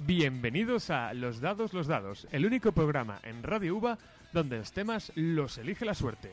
Bienvenidos a Los Dados, el único programa en Radio UVA donde los temas los elige la suerte.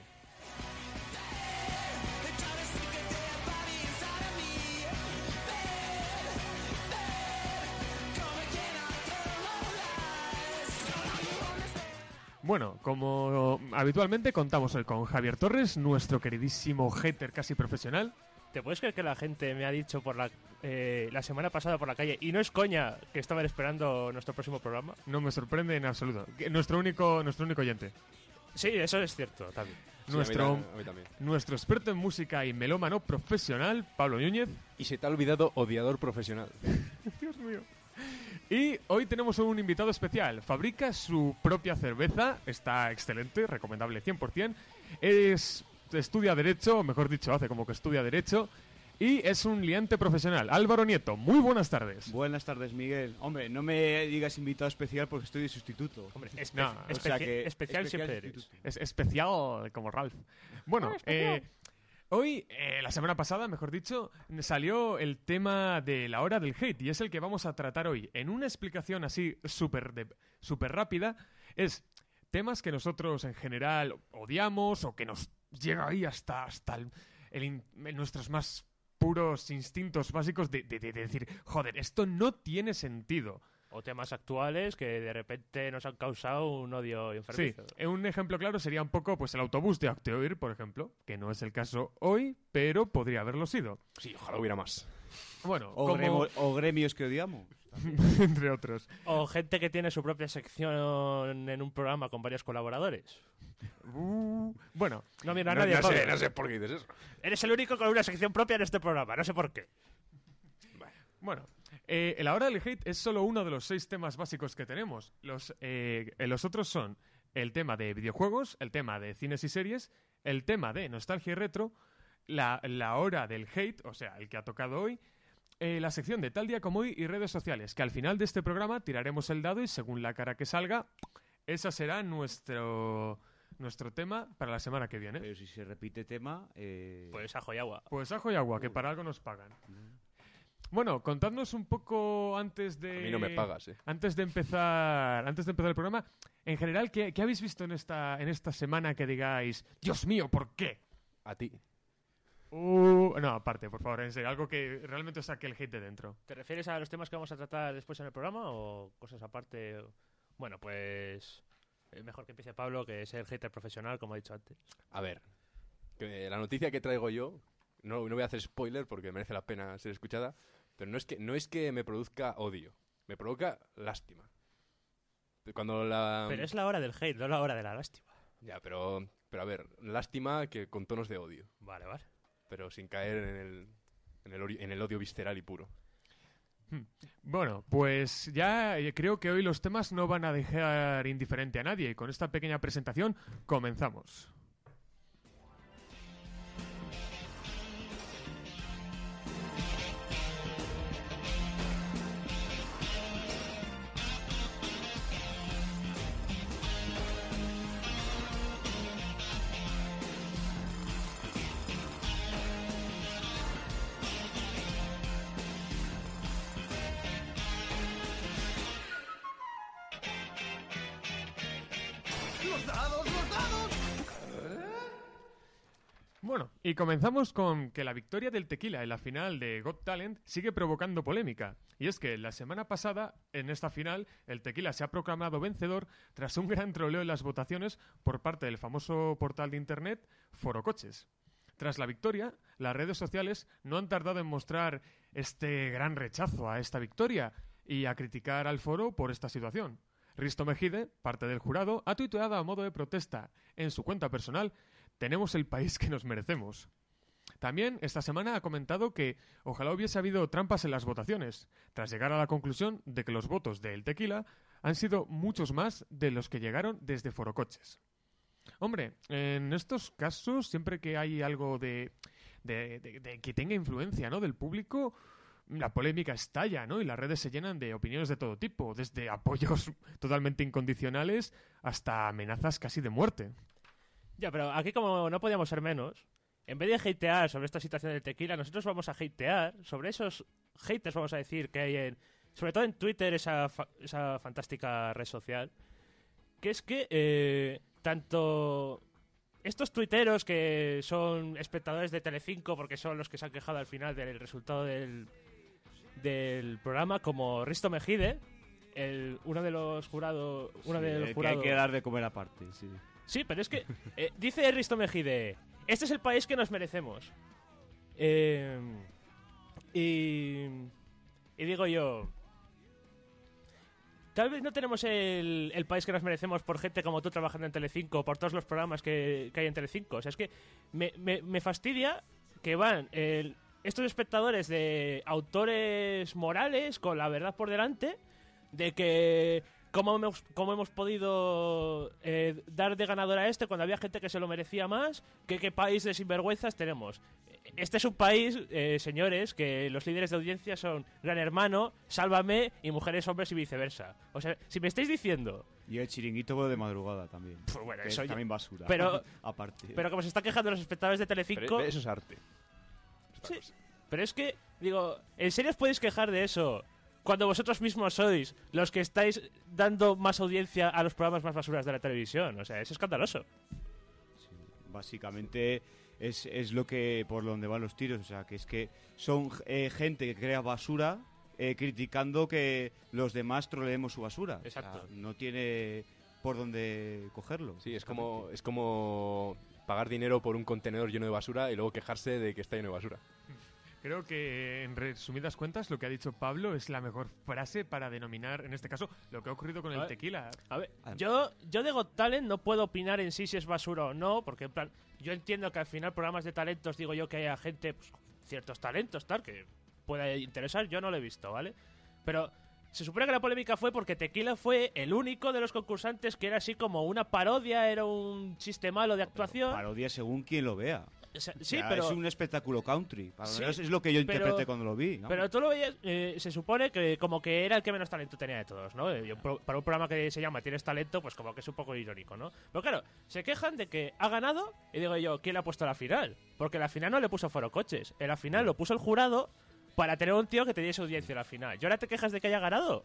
Bueno, como habitualmente contamos hoy con Javier Torres, nuestro queridísimo hater casi profesional. ¿Te puedes creer que la gente me ha dicho por la semana pasada por la calle, y no es coña, que estaban esperando nuestro próximo programa? No me sorprende en absoluto. Nuestro único oyente. Sí, eso es cierto, también. Sí, a mí también. Nuestro experto en música y melómano profesional, Pablo Núñez. Y se te ha olvidado odiador profesional. Dios mío. Y hoy tenemos un invitado especial. Fabrica su propia cerveza. Está excelente, recomendable 100%. Estudia Derecho, o mejor dicho, hace como que estudia Derecho. Y es un liante profesional. Álvaro Nieto, muy buenas tardes. Buenas tardes, Miguel. Hombre, no me digas invitado especial porque estoy de sustituto. Hombre, especial siempre sustituto. Es especial como Ralph. Bueno, hoy, la semana pasada, mejor dicho, salió el tema de la hora del hate y es el que vamos a tratar hoy. En una explicación así súper rápida, es temas que nosotros en general odiamos o que nos llega ahí hasta nuestros más puros instintos básicos de decir, joder, esto no tiene sentido. O temas actuales que de repente nos han causado un odio enfermizo. Sí, un ejemplo claro sería un poco pues el autobús de Acteoir, por ejemplo, que no es el caso hoy, pero podría haberlo sido. Sí, ojalá hubiera más. Bueno, o gremios que odiamos. entre otros. O gente que tiene su propia sección en un programa con varios colaboradores. Bueno, no mira a nadie. No sé por qué dices eso. Eres el único con una sección propia en este programa, no sé por qué. Bueno, la hora del hate es solo uno de los 6 temas básicos que tenemos. Los otros son el tema de videojuegos, el tema de cines y series, el tema de nostalgia y retro, la hora del hate, o sea, el que ha tocado hoy, la sección de tal día como hoy y redes sociales, que al final de este programa tiraremos el dado y según la cara que salga, esa será nuestro tema para la semana que viene. Pero si se repite tema... Pues ajo y agua. Pues ajo y agua, que para algo nos pagan. Bueno, contadnos un poco antes de... A mí no me pagas, Antes de empezar el programa, en general, ¿qué habéis visto en esta semana que digáis, Dios mío, ¿por qué? A ti. No, aparte, por favor, en serio, algo que realmente os saque el hate de dentro. ¿Te refieres a los temas que vamos a tratar después en el programa o cosas aparte? Bueno, pues... mejor que empiece Pablo, que es el hater profesional, como he dicho antes. A ver, que la noticia que traigo yo, no voy a hacer spoiler porque merece la pena ser escuchada, pero no es que me produzca odio, me provoca lástima. Pero es la hora del hate, no la hora de la lástima. Ya, pero a ver, lástima que con tonos de odio. Vale. Pero sin caer en el odio visceral y puro. Bueno, pues ya creo que hoy los temas no van a dejar indiferente a nadie y con esta pequeña presentación comenzamos. Bueno, y comenzamos con que la victoria del Tequila en la final de Got Talent sigue provocando polémica. Y es que la semana pasada, en esta final, el Tequila se ha proclamado vencedor tras un gran troleo en las votaciones por parte del famoso portal de internet Foro Coches. Tras la victoria, las redes sociales no han tardado en mostrar este gran rechazo a esta victoria y a criticar al foro por esta situación. Risto Mejide, parte del jurado, ha tuiteado a modo de protesta en su cuenta personal: tenemos el país que nos merecemos. También esta semana ha comentado que ojalá hubiese habido trampas en las votaciones, tras llegar a la conclusión de que los votos de El Tequila han sido muchos más de los que llegaron desde Forocoches. Hombre, en estos casos, siempre que hay algo de que tenga influencia, ¿no?, del público, la polémica estalla, ¿no? Y las redes se llenan de opiniones de todo tipo, desde apoyos totalmente incondicionales hasta amenazas casi de muerte. Ya, pero aquí, como no podíamos ser menos, en vez de hatear sobre esta situación del Tequila, nosotros vamos a hatear sobre esos haters, vamos a decir, que hay sobre todo en Twitter, esa fantástica red social, que es que tanto estos tuiteros que son espectadores de Telecinco, porque son los que se han quejado al final del resultado del programa, como Risto Mejide, uno de los jurados... Que hay que dar de comer aparte, sí. Sí, pero es que dice Risto Mejide, este es el país que nos merecemos. Y digo yo, tal vez no tenemos el país que nos merecemos por gente como tú trabajando en Telecinco, por todos los programas que hay en Telecinco. O sea, es que me fastidia que van estos espectadores de autores morales con la verdad por delante, de que cómo hemos podido dar de ganador a este cuando había gente que se lo merecía más, qué país de sinvergüenzas tenemos. Este es un país, señores, que los líderes de audiencia son Gran Hermano, Sálvame y Mujeres, Hombres y viceversa. O sea, si me estáis diciendo... Y el chiringuito de madrugada también. Pues bueno, que eso es también basura. Pero, aparte. pero como se están quejando los espectadores de Telecinco... Pero eso es arte. Sí, pero es que, digo, ¿en serio os podéis quejar de eso cuando vosotros mismos sois los que estáis dando más audiencia a los programas más basuras de la televisión? O sea, es escandaloso. Sí, básicamente es lo que por donde van los tiros. O sea, que es que son gente que crea basura criticando que los demás troleemos su basura. Exacto. O sea, no tiene por dónde cogerlo. Sí, es como pagar dinero por un contenedor lleno de basura y luego quejarse de que está lleno de basura. Creo que, en resumidas cuentas, lo que ha dicho Pablo es la mejor frase para denominar, en este caso, lo que ha ocurrido con el tequila. A ver, yo de Got Talent no puedo opinar en sí si es basura o no, porque en plan, yo entiendo que al final programas de talentos, digo yo que haya gente, pues, ciertos talentos, tal, que pueda interesar, yo no lo he visto, ¿vale? Pero se supone que la polémica fue porque Tequila fue el único de los concursantes que era así como una parodia, era un chiste malo de actuación. Parodia según quien lo vea. O sea, O sí, sea, pero... es un espectáculo country. Para Sí, menos es lo que yo pero- interpreté cuando lo vi, ¿no? Pero tú lo veías, se supone que como que era el que menos talento tenía de todos, ¿no? Para un programa que se llama Tienes Talento, pues como que es un poco irónico, ¿no? Pero claro, se quejan de que ha ganado, y digo yo, ¿quién le ha puesto la final? Porque la final no le puso Foro Coches, en la final lo puso el jurado para tener un tío que te diese audiencia en la final. ¿Y ahora te quejas de que haya ganado?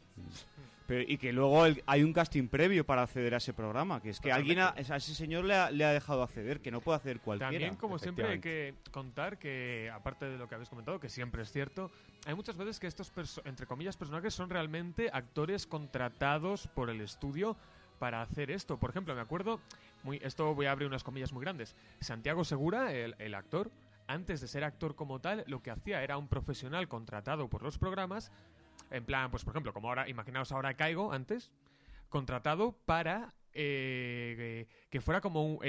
Y que luego hay un casting previo para acceder a ese programa, que es que alguien a ese señor le ha dejado acceder, que no puede hacer cualquiera. También, como siempre, hay que contar que, aparte de lo que habéis comentado, que siempre es cierto, hay muchas veces que estos, entre comillas, personajes son realmente actores contratados por el estudio para hacer esto. Por ejemplo, me acuerdo, esto voy a abrir unas comillas muy grandes, Santiago Segura, el actor, antes de ser actor como tal, lo que hacía era un profesional contratado por los programas, en plan, pues por ejemplo, como ahora, imaginaos ahora Caigo antes, contratado para que fuera como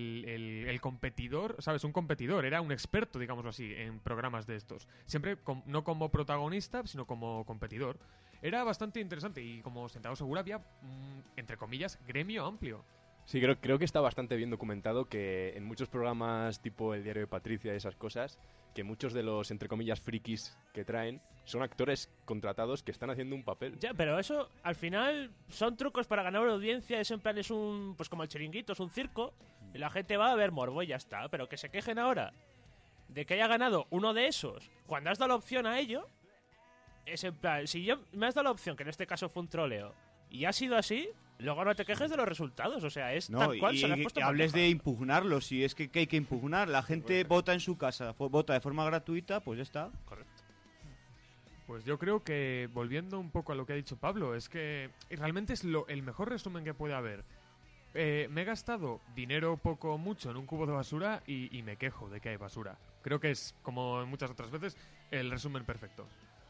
el competidor, ¿sabes? Un competidor, era un experto, digámoslo así, en programas de estos. Siempre no como protagonista, sino como competidor. Era bastante interesante y como Santiago Segura había, entre comillas, gremio amplio. Sí, creo que está bastante bien documentado que en muchos programas tipo El Diario de Patricia y esas cosas, que muchos de los, entre comillas, frikis que traen son actores contratados que están haciendo un papel. Ya, pero eso al final son trucos para ganar audiencia, eso en plan es un, pues como el Chiringuito, es un circo, y la gente va a ver morbo y ya está, pero que se quejen ahora de que haya ganado uno de esos, cuando has dado la opción a ello, es en plan, si me has dado la opción, que en este caso fue un troleo, y ha sido así, luego no te quejes de los resultados, o sea, es No, tal cual, y se le has puesto que hables bandeja. de impugnarlo, si es que hay que impugnar. La gente vota en su casa, vota de forma gratuita, pues ya está. Correcto. Pues yo creo que, volviendo un poco a lo que ha dicho Pablo, es que realmente es el mejor resumen que puede haber. Me he gastado dinero poco o mucho en un cubo de basura y me quejo de que hay basura. Creo que es, como en muchas otras veces, el resumen perfecto.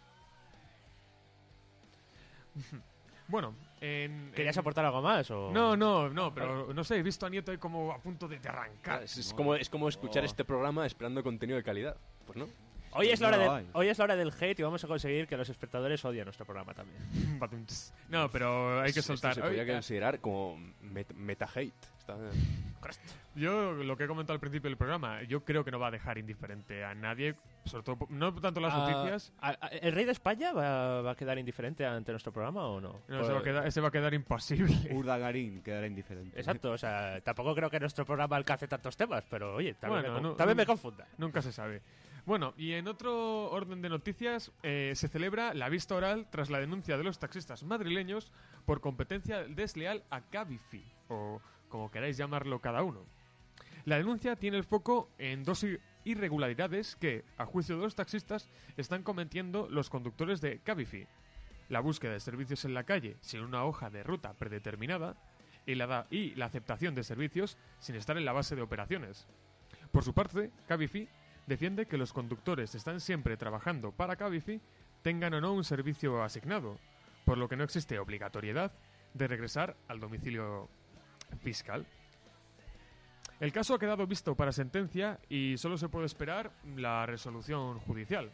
Bueno, ¿Querías aportar algo más? O... No, pero no sé, he visto a Nieto ahí como a punto de arrancar. Es como escuchar este programa esperando contenido de calidad. Pues no. Hoy es, la No hora lo hay. hoy es la hora del hate y vamos a conseguir que los espectadores odien nuestro programa también. No, pero hay que soltar. Esto se podría Oye, considerar como meta-hate. yo lo que he comentado al principio del programa, yo creo que no va a dejar indiferente a nadie, sobre todo, no tanto las noticias. ¿El rey de España va a quedar indiferente ante nuestro programa o no? No, ese va a quedar impasible. Urdagarín quedará indiferente. Exacto, o sea, tampoco creo que nuestro programa alcance tantos temas, pero oye, Bueno, también me confunda. Nunca se sabe. Bueno, y en otro orden de noticias, se celebra la vista oral tras la denuncia de los taxistas madrileños por competencia desleal a Cabify, o como queráis llamarlo cada uno. La denuncia tiene el foco en dos irregularidades que, a juicio de los taxistas, están cometiendo los conductores de Cabify. La búsqueda de servicios en la calle sin una hoja de ruta predeterminada y la aceptación de servicios sin estar en la base de operaciones. Por su parte, Cabify defiende que los conductores están siempre trabajando para Cabify, tengan o no un servicio asignado, por lo que no existe obligatoriedad de regresar al domicilio fiscal. El caso ha quedado visto para sentencia y solo se puede esperar la resolución judicial.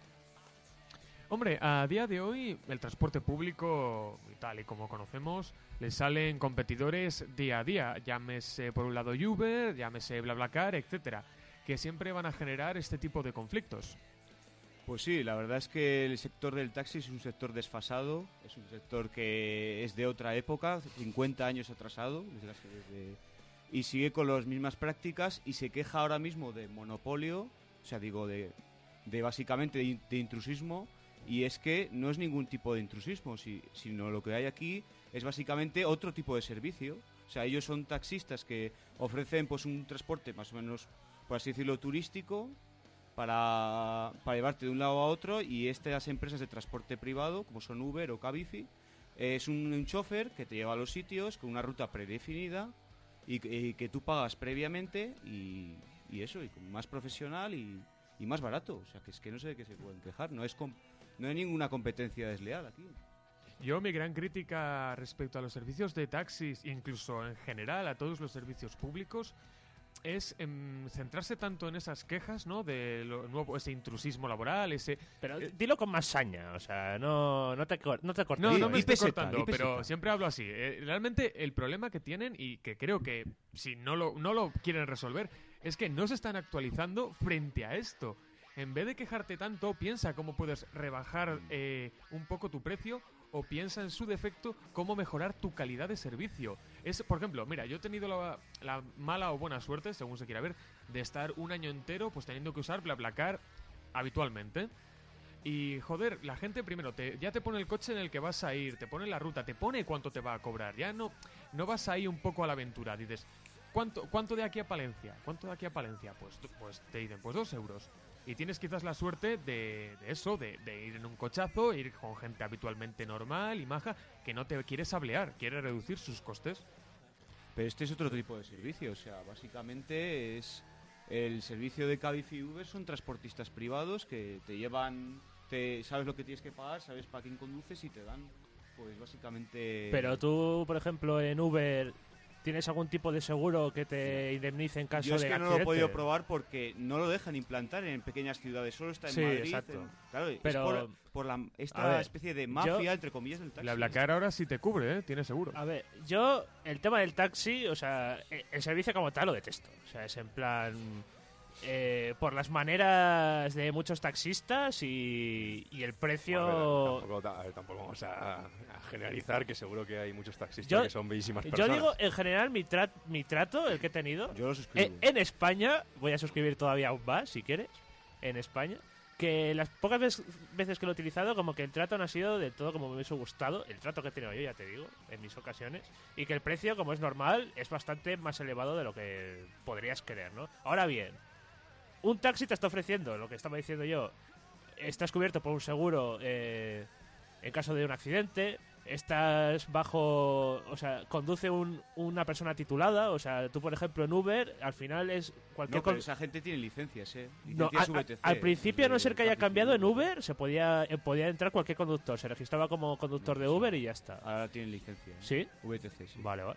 Hombre, a día de hoy el transporte público, tal y como conocemos, le salen competidores día a día, llámese por un lado Uber, llámese BlaBlaCar, etcétera, que siempre van a generar este tipo de conflictos. Pues sí, la verdad es que el sector del taxi es un sector desfasado, es un sector que es de otra época, 50 años atrasado, y sigue con las mismas prácticas y se queja ahora mismo de monopolio, o sea, digo, de básicamente de intrusismo, y es que no es ningún tipo de intrusismo, sino lo que hay aquí es básicamente otro tipo de servicio. O sea, ellos son taxistas que ofrecen pues un transporte más o menos, por así decirlo, turístico, para llevarte de un lado a otro, y estas empresas de transporte privado, como son Uber o Cabify, es un chofer que te lleva a los sitios con una ruta predefinida y que tú pagas previamente y eso, y más profesional y más barato. O sea, que es que no sé de qué se pueden quejar, no hay ninguna competencia desleal aquí. Yo, mi gran crítica respecto a los servicios de taxis, incluso en general a todos los servicios públicos, es centrarse tanto en esas quejas, ¿no? De lo nuevo, ese intrusismo laboral, ese... Pero dilo con más saña, o sea, no te cortes. No me estoy cortando, pero siempre hablo así. Realmente el problema que tienen, y que creo que si no lo quieren resolver, es que no se están actualizando frente a esto. En vez de quejarte tanto, piensa cómo puedes rebajar un poco tu precio, o piensa en su defecto cómo mejorar tu calidad de servicio. Por ejemplo, mira, yo he tenido la mala o buena suerte, según se quiera ver, de estar un año entero pues teniendo que usar BlaBlaCar habitualmente. Y joder, la gente primero ya te pone el coche en el que vas a ir, te pone la ruta, te pone cuánto te va a cobrar. Ya no vas ahí un poco a la aventura. Dices, ¿cuánto de aquí a Palencia? ¿Cuánto de aquí a Palencia? Pues te dicen, pues 2 euros. Y tienes quizás la suerte de ir en un cochazo, ir con gente habitualmente normal y maja, que no te quiere sablear, quiere reducir sus costes. Pero este es otro tipo de servicio, o sea, básicamente es el servicio de Cabify y Uber, son transportistas privados que te llevan, sabes lo que tienes que pagar, sabes para quién conduces y te dan, pues básicamente... Pero tú, por ejemplo, en Uber... ¿Tienes algún tipo de seguro que te indemnice en caso de accidente? Yo es que no lo he podido probar porque no lo dejan implantar en pequeñas ciudades, solo está en Madrid. Exacto. Claro, pero es por esta especie de mafia, entre comillas, del taxi. La BlaBlaCar ahora sí te cubre, tiene seguro. A ver, yo el tema del taxi, o sea, el servicio como tal lo detesto. O sea, es en plan... por las maneras de muchos taxistas y el precio... Tampoco vamos a generalizar, que seguro que hay muchos taxistas que son bellísimas personas. Yo digo, en general, mi trato, el que he tenido... Yo lo suscribo. En España, voy a suscribir todavía aún más, si quieres, en España, que las pocas veces que lo he utilizado, como que el trato no ha sido de todo como me hubiese gustado, el trato que he tenido yo, ya te digo, en mis ocasiones, y que el precio, como es normal, es bastante más elevado de lo que podrías querer, ¿no? Ahora bien, un taxi te está ofreciendo, lo que estaba diciendo yo, estás cubierto por un seguro en caso de un accidente, estás bajo, o sea, conduce una persona titulada, o sea, tú por ejemplo en Uber, al final es cualquier... No, pero esa gente tiene licencias, No, licencias VTC, al principio, a no ser que haya Cabify, cambiado, en Uber se podía entrar cualquier conductor, se registraba como conductor de Uber y ya está. Ahora tienen licencia. ¿Sí? VTC, sí. Vale.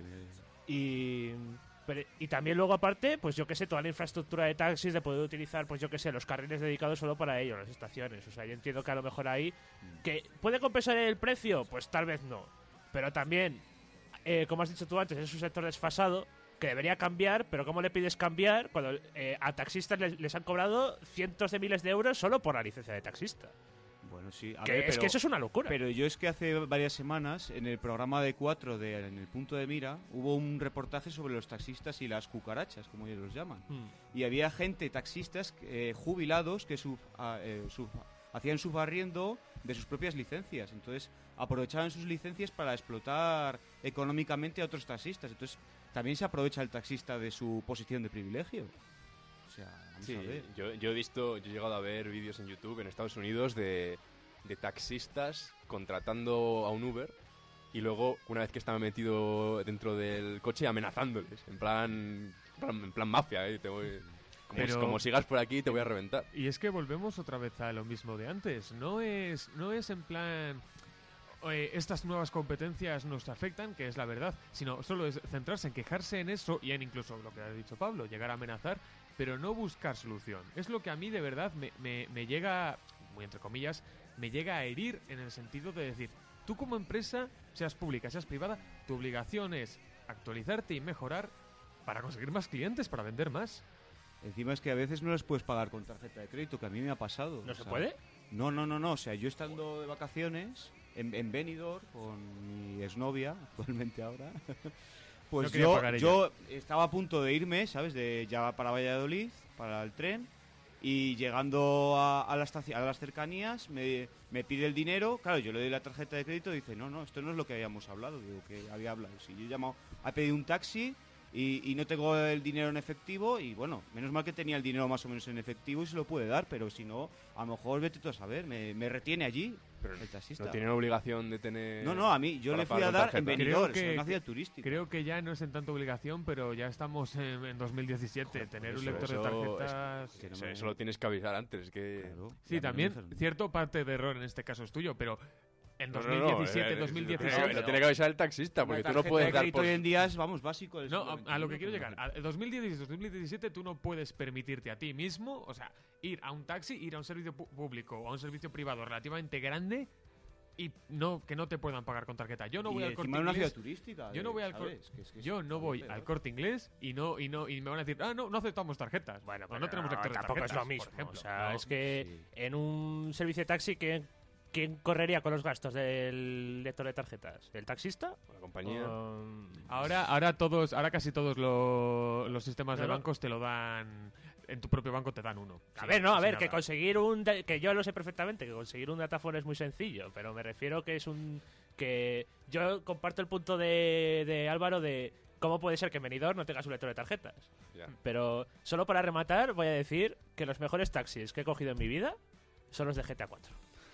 Y también luego aparte, pues yo que sé, toda la infraestructura de taxis de poder utilizar, pues yo que sé, los carriles dedicados solo para ello, las estaciones. O sea, yo entiendo que a lo mejor ahí... ¿Que puede compensar el precio? Pues tal vez no. Pero también, como has dicho tú antes, es un sector desfasado que debería cambiar, pero ¿cómo le pides cambiar cuando a taxistas les han cobrado cientos de miles de euros solo por la licencia de taxista? Bueno, sí. A Que ver, es que eso es una locura. Pero yo es que hace varias semanas, en el programa de 4 en el Punto de Mira, hubo un reportaje sobre los taxistas y las cucarachas, como ellos los llaman. Y había gente, taxistas jubilados, que hacían subarriendo de sus propias licencias. Entonces, aprovechaban sus licencias para explotar económicamente a otros taxistas. Entonces, también se aprovecha el taxista de su posición de privilegio. O sea, vamos a ver. Yo he llegado a ver vídeos en YouTube en Estados Unidos de taxistas contratando a un Uber y luego, una vez que estaba metido dentro del coche, amenazándoles, en plan mafia, como sigas por aquí te voy a reventar. Y es que volvemos otra vez a lo mismo de antes. No es en plan... estas nuevas competencias nos afectan, que es la verdad, sino solo es centrarse en quejarse en eso y en incluso lo que ha dicho Pablo, llegar a amenazar, pero no buscar solución. Es lo que a mí de verdad me llega, muy entre comillas, me llega a herir en el sentido de decir, tú como empresa, seas pública, seas privada, tu obligación es actualizarte y mejorar para conseguir más clientes, para vender más. Encima es que a veces no les puedes pagar con tarjeta de crédito, que a mí me ha pasado. ¿No se puede? No. O sea, yo estando de vacaciones en Benidorm con mi exnovia, actualmente ahora, pues yo estaba a punto de irme, ¿sabes? Ya para Valladolid, para el tren, y llegando a las cercanías me pide el dinero. Claro, yo le doy la tarjeta de crédito y dice, no, esto no es lo que habíamos hablado. Digo, que había hablado. Si yo he llamado, he pedido un taxi y no tengo el dinero en efectivo, y bueno, menos mal que tenía el dinero más o menos en efectivo y se lo puede dar, pero si no, a lo mejor vete tú a saber, me retiene allí. Pero el taxista no tienen obligación de tener... No, a mí, yo le fui a dar en Benidorm, en una ciudad turística. Creo que ya no es en tanto obligación, pero ya estamos en 2017. Joder, tener un lector de tarjetas... Eso lo tienes que avisar antes. Claro, sí, también, cierto parte de error en este caso es tuyo, pero... En 2017, 2016... Lo tiene que avisar el taxista, porque tú no puedes dar por... hoy en día es, básico. No, a lo que quiero llegar. A 2016, 2017 tú no puedes permitirte a ti mismo, o sea, ir a un taxi, ir a un servicio público o a un servicio privado relativamente grande y que no te puedan pagar con tarjeta. Yo no voy al Corte Inglés. Una ciudad turística. Yo no voy al Corte Inglés y me van a decir, no aceptamos tarjetas. Bueno, no tenemos lector de tampoco tarjetas, es lo mismo. por ejemplo. O sea, es que en un servicio de taxi ¿quién correría con los gastos del lector de tarjetas? ¿El taxista? La compañía. Ahora casi todos los sistemas de bancos te lo dan. En tu propio banco te dan uno. A ver, que conseguir que yo lo sé perfectamente, que conseguir un datáfono es muy sencillo, pero me refiero que yo comparto el punto de Álvaro de cómo puede ser que en Benidorm no tengas un lector de tarjetas. Yeah. Pero solo para rematar voy a decir que los mejores taxis que he cogido en mi vida son los de GTA 4.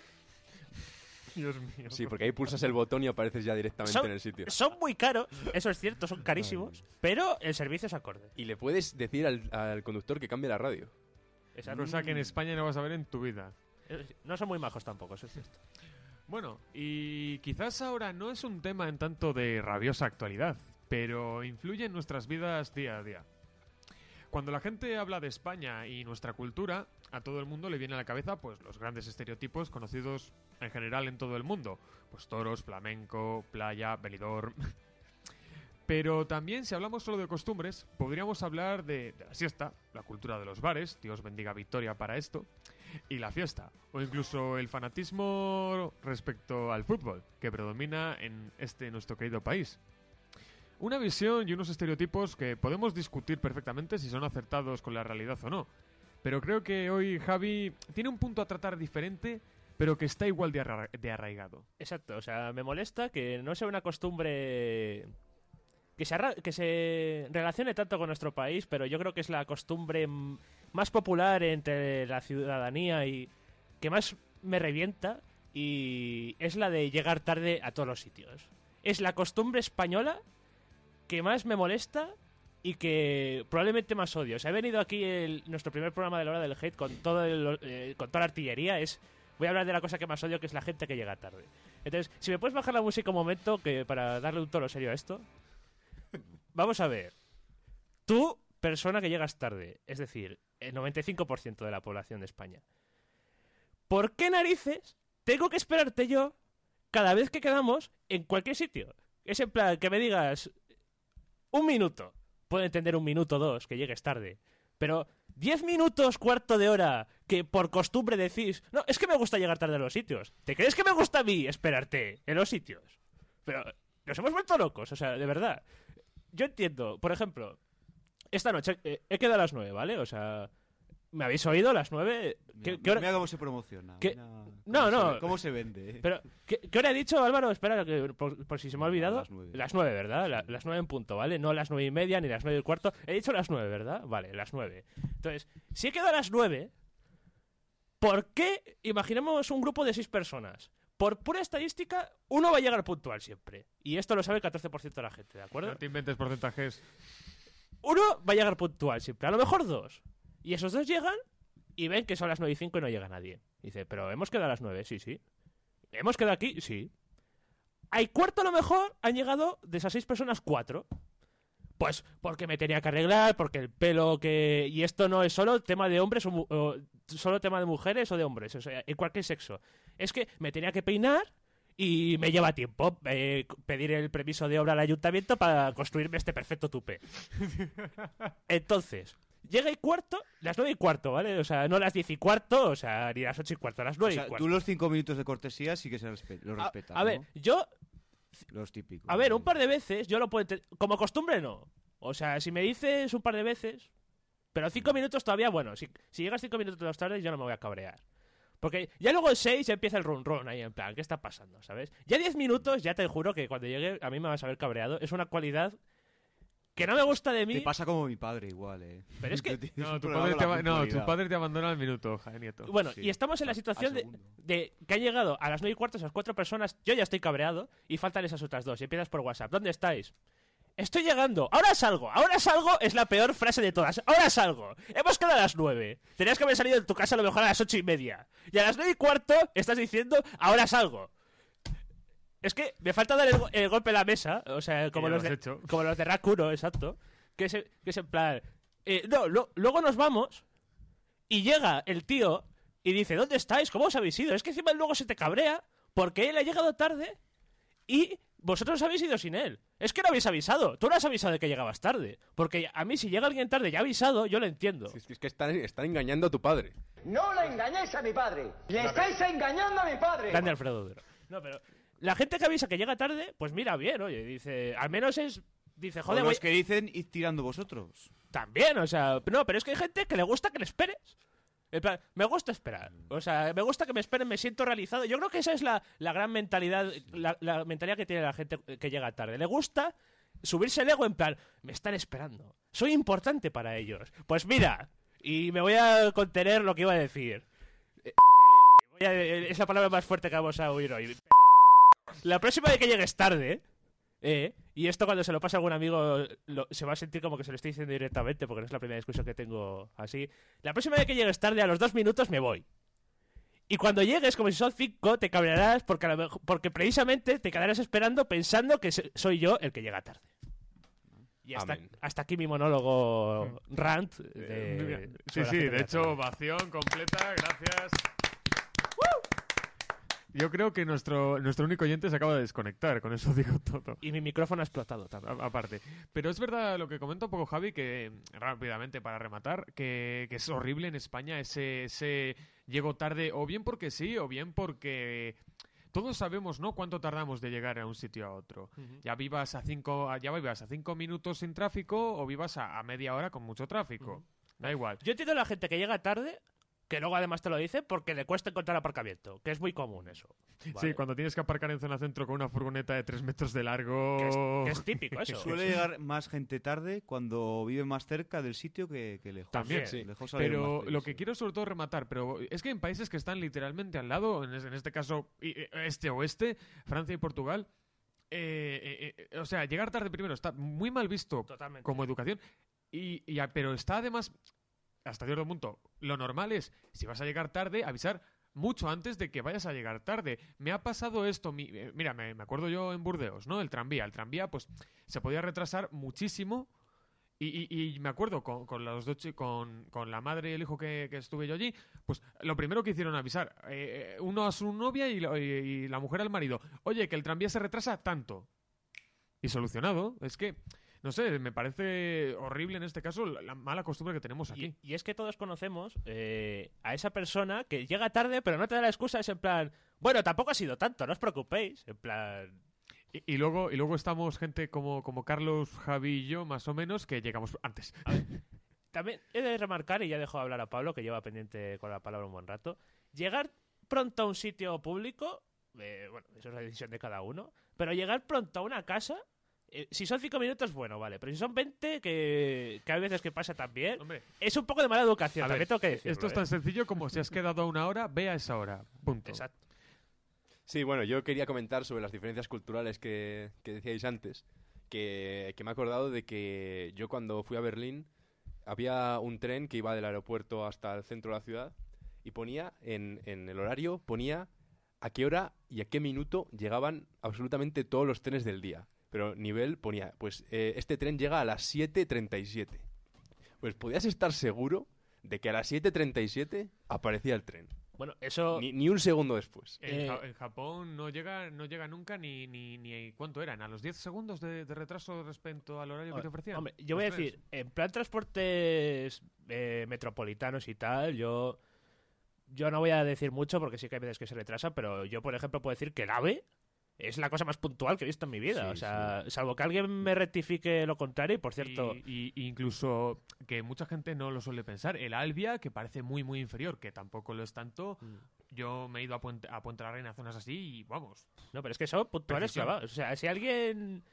Dios mío. Sí, porque ahí pulsas el botón y apareces ya directamente en el sitio. Son muy caros, eso es cierto, son carísimos, pero el servicio es acorde. Y le puedes decir al conductor que cambie la radio. Esa cosa que en España no vas a ver en tu vida. No son muy majos tampoco, eso es cierto. Bueno, y quizás ahora no es un tema en tanto de rabiosa actualidad, pero influye en nuestras vidas día a día. Cuando la gente habla de España y nuestra cultura, a todo el mundo le viene a la cabeza pues los grandes estereotipos conocidos en general en todo el mundo. Pues toros, flamenco, playa, Benidorm. Pero también, si hablamos solo de costumbres, podríamos hablar de la siesta, la cultura de los bares, Dios bendiga Victoria para esto, y la fiesta, o incluso el fanatismo respecto al fútbol, que predomina en nuestro querido país. Una visión y unos estereotipos que podemos discutir perfectamente si son acertados con la realidad o no. Pero creo que hoy Javi tiene un punto a tratar diferente, pero que está igual de arraigado. Exacto, o sea, me molesta que no sea una costumbre que se relacione tanto con nuestro país, pero yo creo que es la costumbre más popular entre la ciudadanía y que más me revienta, y es la de llegar tarde a todos los sitios. Es la costumbre española que más me molesta y que probablemente más odio. O sea, he venido aquí nuestro primer programa de la hora del hate con toda la artillería. Voy a hablar de la cosa que más odio, que es la gente que llega tarde. Entonces, si me puedes bajar la música un momento para darle un tono serio a esto. Vamos a ver. Tú, persona que llegas tarde, es decir, el 95% de la población de España, ¿por qué narices tengo que esperarte yo cada vez que quedamos en cualquier sitio? Es en plan que me digas... Un minuto. Puedo entender un minuto o dos que llegues tarde. Pero 10 minutos, cuarto de hora, que por costumbre decís... No, es que me gusta llegar tarde a los sitios. ¿Te crees que me gusta a mí esperarte en los sitios? Pero nos hemos vuelto locos, o sea, de verdad. Yo entiendo, por ejemplo, esta noche he quedado a las 9, ¿vale? O sea, ¿me habéis oído a las 9? ¿Qué hora? Mira cómo se promociona. No. ¿Cómo se vende? Pero, ¿qué hora he dicho, Álvaro? Espera, que por si se me ha olvidado. Las 9. Las 9, ¿verdad? Las 9 en punto, ¿vale? No las 9:30 ni las 9:15. He dicho las 9, ¿verdad? Vale, las 9. Entonces, si he quedado a las 9, ¿por qué imaginemos un grupo de 6 personas? Por pura estadística, uno va a llegar puntual siempre. Y esto lo sabe el 14% de la gente, ¿de acuerdo? No te inventes porcentajes. Uno va a llegar puntual siempre, a lo mejor 2. Y esos 2 llegan y ven que son las 9:05 y no llega nadie. Dice, pero hemos quedado a las 9, sí. ¿Hemos quedado aquí? Sí. Al cuarto a lo mejor han llegado de esas 6 personas 4. Pues porque me tenía que arreglar, porque el pelo que... Y esto no es solo tema de hombres o solo tema de mujeres o de hombres, o sea, en cualquier sexo. Es que me tenía que peinar y me lleva tiempo pedir el permiso de obra al ayuntamiento para construirme este perfecto tupé. Entonces, llega y cuarto, las 9:15, ¿vale? O sea, no las 10:15, o sea, ni las 8:15, las 9:15. Tú los 5 minutos de cortesía sí que los respetas, A ver, ¿no? yo... Los típicos. A ver, un par de veces yo lo puedo entender. Como costumbre, no. O sea, si me dices un par de veces... Pero 5 minutos todavía, bueno, si llegas 5 minutos más tarde yo no me voy a cabrear. Porque ya luego en 6 ya empieza el run ahí, en plan, ¿qué está pasando? ¿Sabes? Ya 10 minutos, ya te juro que cuando llegue a mí me vas a ver cabreado. Es una cualidad que no me gusta de mí. Te pasa como mi padre igual, Pero es que... No, tu padre te abandona al minuto, nieto. Bueno, Sí, y estamos en la situación de que ha llegado a las 9:15 esas 4 personas, yo ya estoy cabreado, y faltan esas otras 2, y empiezas por WhatsApp. ¿Dónde estáis? Estoy llegando, ahora salgo es la peor frase de todas. Ahora salgo, hemos quedado a las 9. Tenías que haber salido de tu casa a lo mejor a las 8:30. Y a las 9:15 estás diciendo, ahora salgo. Es que me falta dar el golpe a la mesa, o sea, como los de Rack 1, exacto. Que es en plan... luego nos vamos y llega el tío y dice, ¿dónde estáis? ¿Cómo os habéis ido? Es que encima luego se te cabrea porque él ha llegado tarde y vosotros habéis ido sin él. Es que no habéis avisado. Tú no has avisado de que llegabas tarde. Porque a mí si llega alguien tarde y ha avisado, yo lo entiendo. Es que están engañando a tu padre. No le engañéis a mi padre. Le estáis engañando a mi padre. Grande Alfredo Duro. No, pero la gente que avisa que llega tarde, pues mira bien, oye, dice, al menos dice, joder, o los que dicen id tirando vosotros. También, o sea, no, pero es que hay gente que le gusta que le esperes. En plan, me gusta esperar. O sea, me gusta que me esperen, me siento realizado. Yo creo que esa es la gran mentalidad, la mentalidad que tiene la gente que llega tarde. Le gusta subirse el ego en plan, me están esperando. Soy importante para ellos. Pues mira, y me voy a contener lo que iba a decir. Es la palabra más fuerte que vamos a oír hoy. La próxima vez que llegues tarde, y esto cuando se lo pasa a algún amigo se va a sentir como que se lo estoy diciendo directamente porque no es la primera discusión que tengo así. La próxima vez que llegues tarde, a los 2 minutos me voy. Y cuando llegues, como si son 5, te cabrearás porque precisamente te quedarás esperando pensando que soy yo el que llega tarde. Y hasta aquí mi monólogo rant. Sí, de hecho, ovación completa, gracias. Yo creo que nuestro único oyente se acaba de desconectar, con eso digo todo. Y mi micrófono ha explotado también. Aparte. Pero es verdad lo que comenta un poco Javi, que rápidamente para rematar, que es horrible en España ese llego tarde, o bien porque sí, o bien porque... Todos sabemos, ¿no?, cuánto tardamos de llegar a un sitio a otro. Ya vivas a 5 minutos sin tráfico o vivas a media hora con mucho tráfico. Da igual. Yo entiendo a la gente que llega tarde, que luego además te lo dice, porque le cuesta encontrar aparcamiento, que es muy común eso. ¿Vale? Sí, cuando tienes que aparcar en zona centro con una furgoneta de 3 metros de largo... Que es típico eso. Suele llegar más gente tarde cuando vive más cerca del sitio que lejos. También, sí. Pero lo que quiero sobre todo rematar, pero es que en países que están literalmente al lado, en este caso este-oeste, Francia y Portugal, o sea, llegar tarde primero está muy mal visto. Totalmente. Como educación, pero está además... Hasta cierto punto, lo normal es, si vas a llegar tarde, avisar mucho antes de que vayas a llegar tarde. Me ha pasado esto, mira, me acuerdo yo en Burdeos, ¿no? El tranvía, pues, se podía retrasar muchísimo y me acuerdo con los dos con la madre y el hijo que estuve yo allí, pues lo primero que hicieron avisar, uno a su novia y la mujer al marido, oye, que el tranvía se retrasa tanto. Y solucionado, es que... No sé, me parece horrible en este caso la mala costumbre que tenemos aquí. Y es que todos conocemos a esa persona que llega tarde, pero no te da la excusa, es en plan, bueno, tampoco ha sido tanto, no os preocupéis, en plan... Y luego estamos gente como Carlos, Javi y yo, más o menos, que llegamos antes. También he de remarcar, y ya dejo hablar a Pablo, que lleva pendiente con la palabra un buen rato, llegar pronto a un sitio público, bueno, eso es la decisión de cada uno, pero llegar pronto a una casa... si son 5 minutos, bueno, vale. Pero si son 20, que hay veces que pasa también, Hombre, es un poco de mala educación, a también ver, tengo que decirlo. esto es tan sencillo como si has quedado a una hora, ve a esa hora. Punto. Exacto. Sí, bueno, yo quería comentar sobre las diferencias culturales que decíais antes, que me he acordado de que yo cuando fui a Berlín había un tren que iba del aeropuerto hasta el centro de la ciudad y ponía en el horario, ponía a qué hora y a qué minuto llegaban absolutamente todos los trenes del día. Pero nivel ponía, pues este tren llega a las 7:37. Pues podías estar seguro de que a las 7:37 aparecía el tren. Bueno, eso... Ni un segundo después. En Japón no llega nunca ni ¿cuánto eran? ¿A los 10 segundos de retraso respecto al horario que te ofrecían? Hombre, yo voy a Los decir, trenes. en plan transportes metropolitanos y tal, yo no voy a decir mucho porque sí que hay veces que se retrasa, pero yo, por ejemplo, puedo decir que el AVE es la cosa más puntual que he visto en mi vida. Sí, o sea, salvo que alguien me rectifique lo contrario, y por cierto... Y incluso que mucha gente no lo suele pensar. El Albia, que parece muy, muy inferior, que tampoco lo es tanto. Yo me he ido a Puente de la Reina, zonas así, y vamos. No, pero es que son puntuales Precisión. clavados. O sea, si alguien...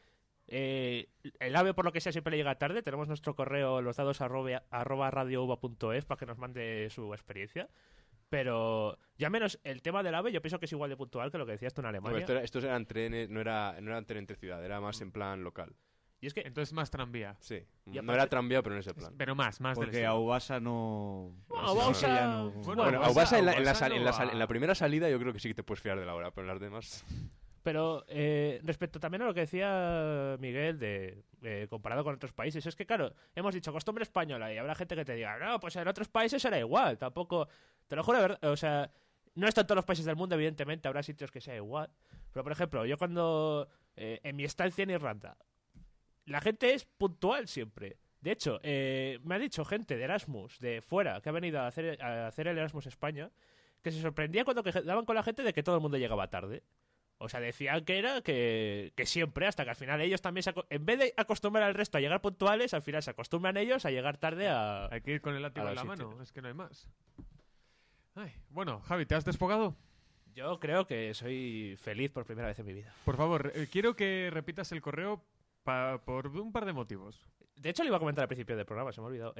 el AVE, por lo que sea, siempre le llega tarde. Tenemos nuestro correo, losdados@radiouva.es, para que nos mande su experiencia. Pero ya menos el tema del AVE, yo pienso que es igual de puntual que lo que decías tú en Alemania. Estos eran trenes, no eran tren entre ciudad, era más en plan local. Y es que Entonces más tranvía. Sí, Y no aparte- era tranvía, pero en ese plan. Pero más del Porque estilo. Aubasa no... Bueno, Ese Aubasa- ya no- Bueno, Bueno, Aubasa- Aubasa Aubasa en la primera salida yo creo que sí que te puedes fiar de la hora, pero en las demás... Pero respecto también a lo que decía Miguel, comparado con otros países, es que claro, hemos dicho costumbre española y habrá gente que te diga, no, pues en otros países era igual, tampoco, te lo juro de verdad, o sea, no está en todos los países del mundo, evidentemente, habrá sitios que sea igual, pero por ejemplo, yo cuando, en mi estancia en Irlanda, la gente es puntual siempre. De hecho, me ha dicho gente de Erasmus, de fuera, que ha venido a hacer el Erasmus España, que se sorprendía cuando daban con la gente de que todo el mundo llegaba tarde. O sea, decían que era que siempre, hasta que al final ellos también, en vez de acostumbrar al resto a llegar puntuales, al final se acostumbran ellos a llegar tarde a... Hay que ir con el látigo a en los la sitios. mano, es que no hay más. Ay, bueno, Javi, ¿te has desfogado? Yo creo que soy feliz por primera vez en mi vida. Por favor, quiero que repitas el correo por un par de motivos. De hecho, lo iba a comentar al principio del programa, se me ha olvidado.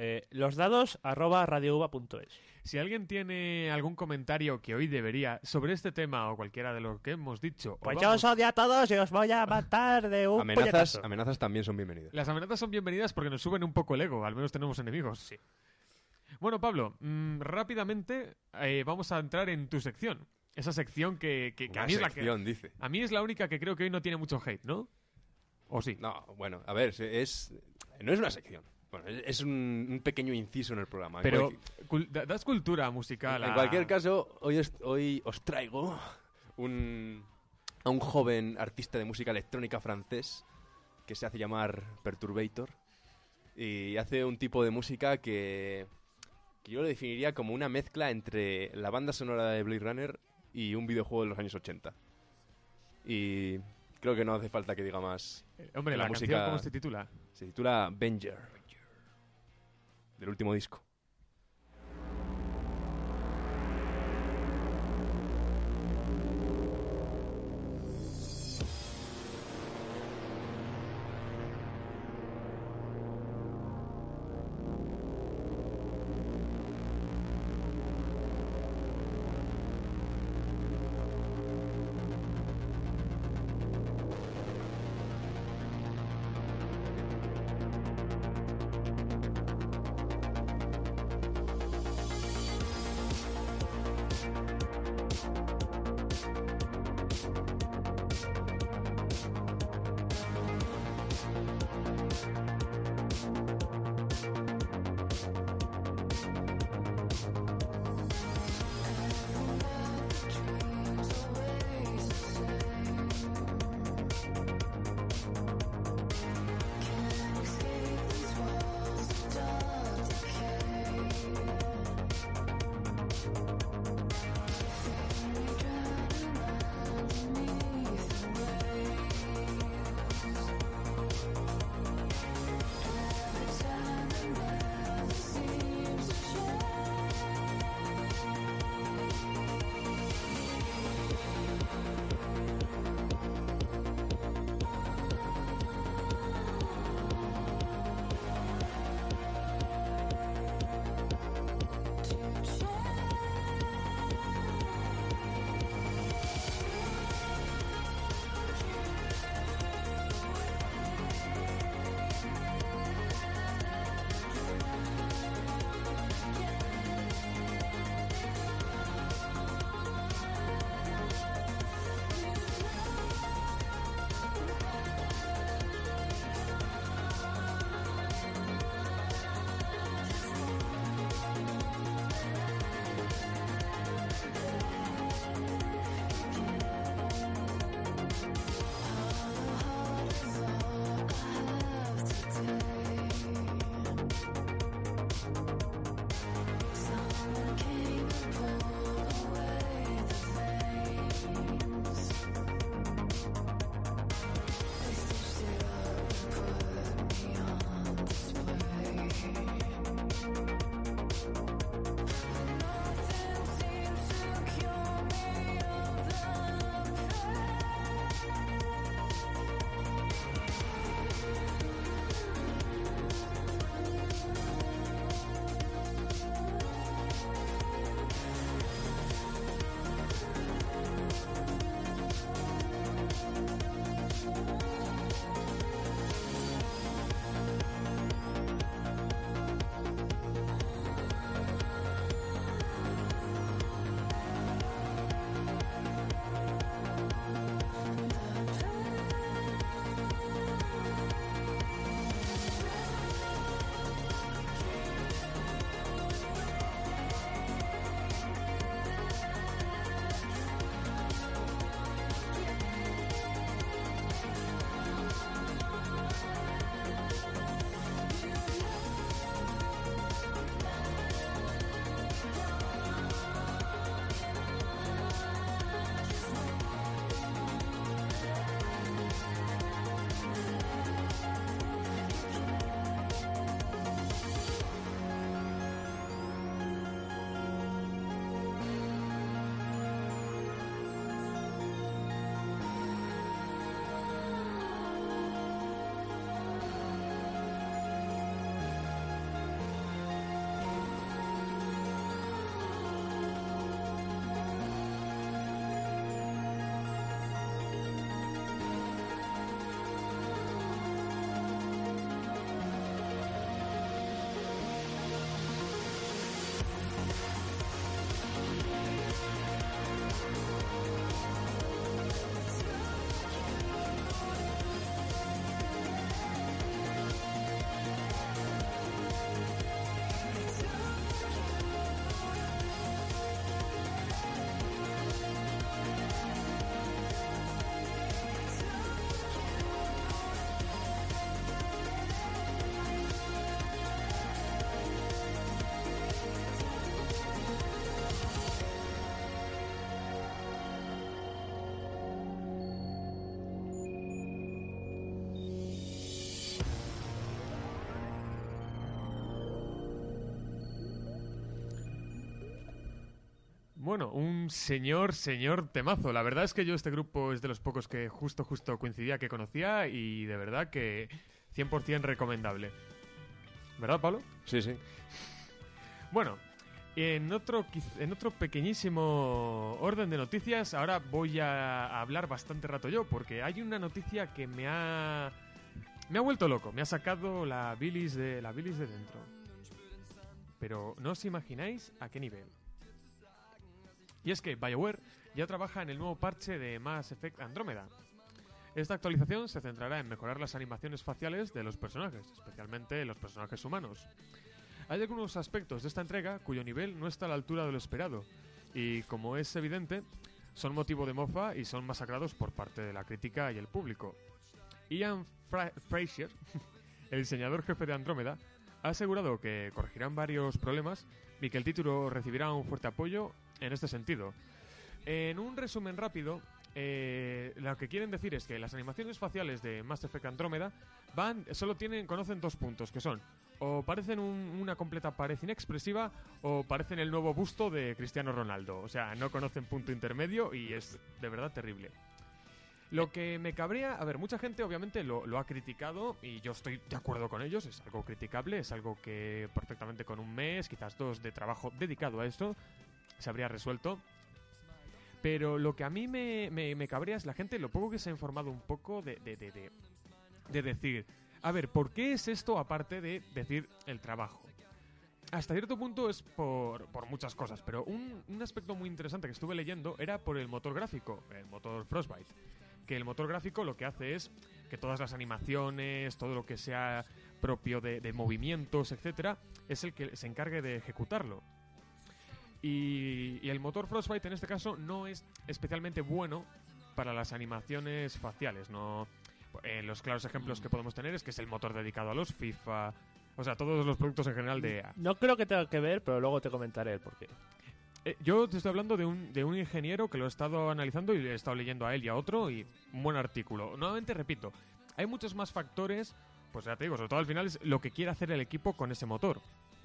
losdados@radiouva.es. Si alguien tiene algún comentario que hoy debería sobre este tema o cualquiera de lo que hemos dicho... o Pues yo vamos- os odio a todos y os voy a matar de un puñetazo. Amenazas también son bienvenidas. Las amenazas son bienvenidas porque nos suben un poco el ego, al menos tenemos enemigos. Sí. Bueno, Pablo, rápidamente vamos a entrar en tu sección. Esa sección que Una a mí es la sección, dice. a mí es la única que creo que hoy no tiene mucho hate, ¿no? ¿O sí? No, bueno, a ver, no es una sección. Bueno, es un pequeño inciso en el programa. Pero das cultura musical En cualquier caso, hoy os traigo a un joven artista de música electrónica francés que se hace llamar Perturbator y hace un tipo de música que yo lo definiría como una mezcla entre la banda sonora de Blade Runner y un videojuego de los años 80. Y creo que no hace falta que diga más. Hombre, la la música- canción, ¿cómo se titula? Se titula Venger, del último disco. Bueno, un señor temazo. La verdad es que yo este grupo es de los pocos que justo coincidía que conocía y de verdad que 100% recomendable. ¿Verdad, Pablo? Sí, sí. Bueno, en otro pequeñísimo orden de noticias, ahora voy a hablar bastante rato yo, porque hay una noticia que me ha vuelto loco, me ha sacado la bilis de dentro. Pero no os imagináis a qué nivel. Y es que BioWare ya trabaja en el nuevo parche de Mass Effect Andrómeda. Esta actualización se centrará en mejorar las animaciones faciales de los personajes, especialmente los personajes humanos. Hay algunos aspectos de esta entrega cuyo nivel no está a la altura de lo esperado, y como es evidente, son motivo de mofa y son masacrados por parte de la crítica y el público. Ian Frazier, el diseñador jefe de Andrómeda, ha asegurado que corregirán varios problemas y que el título recibirá un fuerte apoyo en este sentido. En un resumen rápido, lo que quieren decir es que las animaciones faciales de Mass Effect Andrómeda conocen 2 puntos, que son o parecen una completa pared inexpresiva o parecen el nuevo busto de Cristiano Ronaldo. O sea, no conocen punto intermedio y es de verdad terrible. Lo que me cabrea, a ver, mucha gente obviamente lo ha criticado y yo estoy de acuerdo con ellos, es algo criticable, es algo que perfectamente con un mes, quizás 2 de trabajo dedicado a esto, se habría resuelto. Pero lo que a mí me cabrea es la gente, lo poco que se ha informado un poco de decir, a ver, ¿por qué es esto aparte de decir el trabajo? Hasta cierto punto es por muchas cosas, pero un aspecto muy interesante que estuve leyendo era por el motor gráfico, el motor Frostbite. Que el motor gráfico lo que hace es que todas las animaciones, todo lo que sea propio de movimientos, etcétera, es el que se encargue de ejecutarlo. Y el motor Frostbite en este caso no es especialmente bueno para las animaciones faciales. No, los claros ejemplos que podemos tener es que es el motor dedicado a los FIFA, o sea, todos los productos en general de EA. No creo que tenga que ver, pero luego te comentaré el porqué. Yo te estoy hablando de un ingeniero que lo he estado analizando y le he estado leyendo a él y a otro y un buen artículo. Nuevamente repito, hay muchos más factores, pues ya te digo, sobre todo al final es lo que quiere hacer el equipo con ese motor.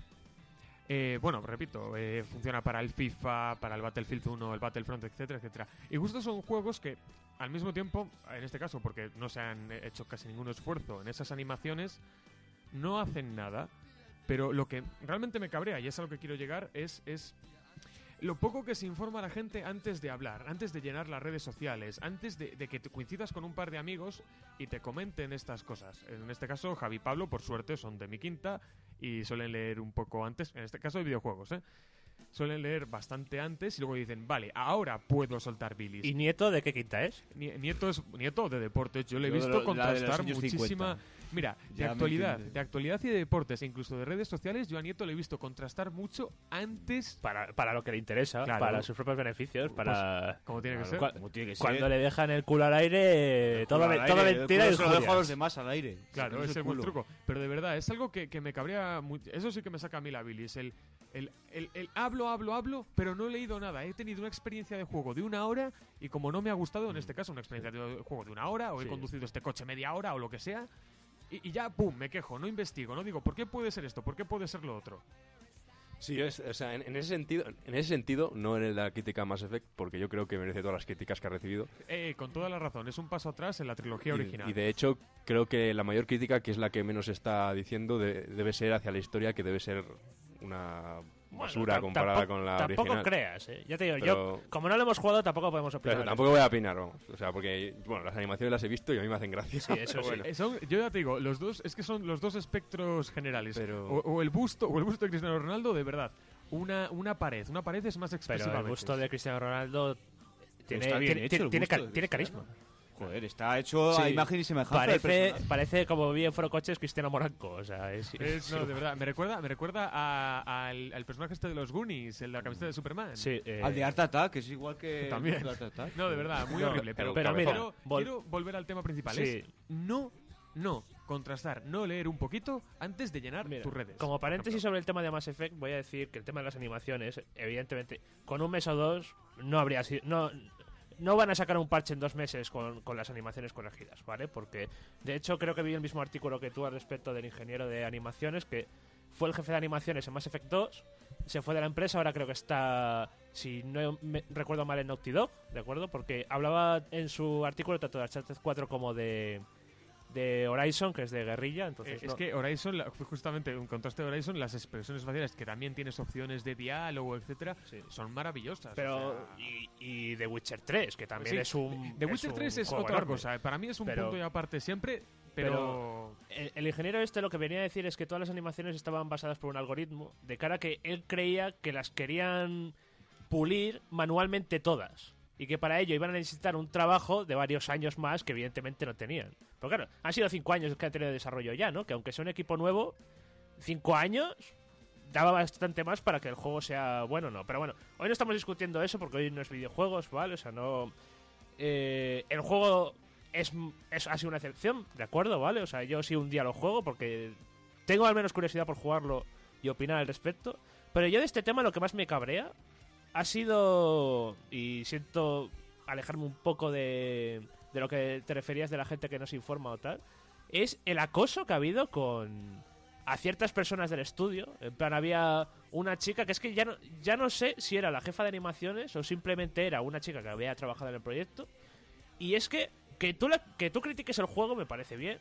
Bueno, repito, funciona para el FIFA, para el Battlefield 1, el Battlefront, etcétera, etcétera. Y justo son juegos que, al mismo tiempo, en este caso, porque no se han hecho casi ningún esfuerzo en esas animaciones, no hacen nada. Pero lo que realmente me cabrea, y es a lo que quiero llegar, es lo poco que se informa a la gente antes de hablar, antes de llenar las redes sociales, antes de que te coincidas con un par de amigos y te comenten estas cosas. En este caso, Javi y Pablo, por suerte, son de mi quinta y suelen leer un poco antes, en este caso de videojuegos, suelen leer bastante antes y luego dicen, vale, ahora puedo soltar bilis. ¿Y Nieto de qué quinta es? Nieto de deportes. Yo le he visto contrastar muchísima... 50. Mira, de actualidad y de deportes e incluso de redes sociales, yo a Nieto le he visto contrastar mucho antes... Para lo que le interesa, claro, para sus propios beneficios, para... Como tiene que ser. Cuando le dejan el culo al aire, toda mentira y se lo dejo a los demás al aire. Claro, ese es el truco. Pero de verdad, es algo que me cabrea mucho. Eso sí que me saca a mí la bilis. El hablo, pero no he leído nada. He tenido una experiencia de juego de 1 hora y como no me ha gustado, en este caso, una experiencia de juego de 1 hora, o he conducido este coche media hora o lo que sea, y ya, pum, me quejo, no investigo, no digo, ¿por qué puede ser esto? ¿Por qué puede ser lo otro? Sí, o sea, en ese sentido, no en la crítica a Mass Effect, porque yo creo que merece todas las críticas que ha recibido. Con toda la razón, es un paso atrás en la trilogía original. Y de hecho, creo que la mayor crítica, que es la que menos está diciendo, debe ser hacia la historia, que debe ser una basura comparada con la original. Tampoco creas, ya te digo, yo, como no lo hemos jugado, tampoco podemos opinar. Pero tampoco voy a opinar, ¿no? O sea, porque, bueno, las animaciones las he visto y a mí me hacen gracia. Sí, eso sí. Bueno. Yo ya te digo, los dos, es que son los dos espectros generales. Pero... O el busto de Cristiano Ronaldo, de verdad. Una pared es más expresiva. Pero el busto de Cristiano Ronaldo tiene carisma. Joder, está hecho a imagen y semejanza. Parece como vi en Foro Coches Cristiano Moranco. O sea, no, de verdad. Me recuerda al personaje este de los Goonies, el de la camiseta de Superman. Sí, al de Art Attack, que es igual que... También. No, de verdad, muy horrible. Pero mira, quiero volver al tema principal. Sí. No contrastar, no leer un poquito antes de llenar tus redes. Como paréntesis sobre el tema de Mass Effect, voy a decir que el tema de las animaciones, evidentemente, con 1 mes o 2 no habría sido... No van a sacar un parche en 2 meses con las animaciones corregidas, ¿vale? Porque, de hecho, creo que vi el mismo artículo que tú al respecto del ingeniero de animaciones, que fue el jefe de animaciones en Mass Effect 2, se fue de la empresa, ahora creo que está, si no recuerdo mal, en Naughty Dog, ¿de acuerdo? Porque hablaba en su artículo tanto de Uncharted 4 como de Horizon, que es de guerrilla, entonces es que Horizon, justamente en contraste de Horizon, las expresiones faciales, que también tienes opciones de diálogo, etcétera, Sí. son maravillosas. Pero, o sea, y The Witcher 3, que también sí, es un... The Witcher 3 es juego otra enorme. cosa. Para mí es un Pero- punto y aparte siempre, pero El ingeniero lo que venía a decir es que todas las animaciones estaban basadas por un algoritmo, de cara a que él creía que las querían pulir manualmente todas. Y que para ello iban a necesitar un trabajo de varios años más que evidentemente no tenían. Pero claro, han sido 5 años que han tenido de desarrollo ya, ¿no? Que aunque sea un equipo nuevo, 5 años daba bastante más para que el juego sea bueno o no. Pero bueno, hoy no estamos discutiendo eso porque hoy no es videojuegos, ¿vale? O sea, no... el juego ha sido una excepción, ¿de acuerdo? ¿Vale? O sea, yo sí un día lo juego porque tengo al menos curiosidad por jugarlo y opinar al respecto. Pero yo de este tema lo que más me cabrea ha sido, y siento alejarme un poco de lo que te referías de la gente que no se informa o tal, es el acoso que ha habido a ciertas personas del estudio. En plan, había una chica que es que ya no sé si era la jefa de animaciones o simplemente era una chica que había trabajado en el proyecto. Y es que tú critiques el juego me parece bien.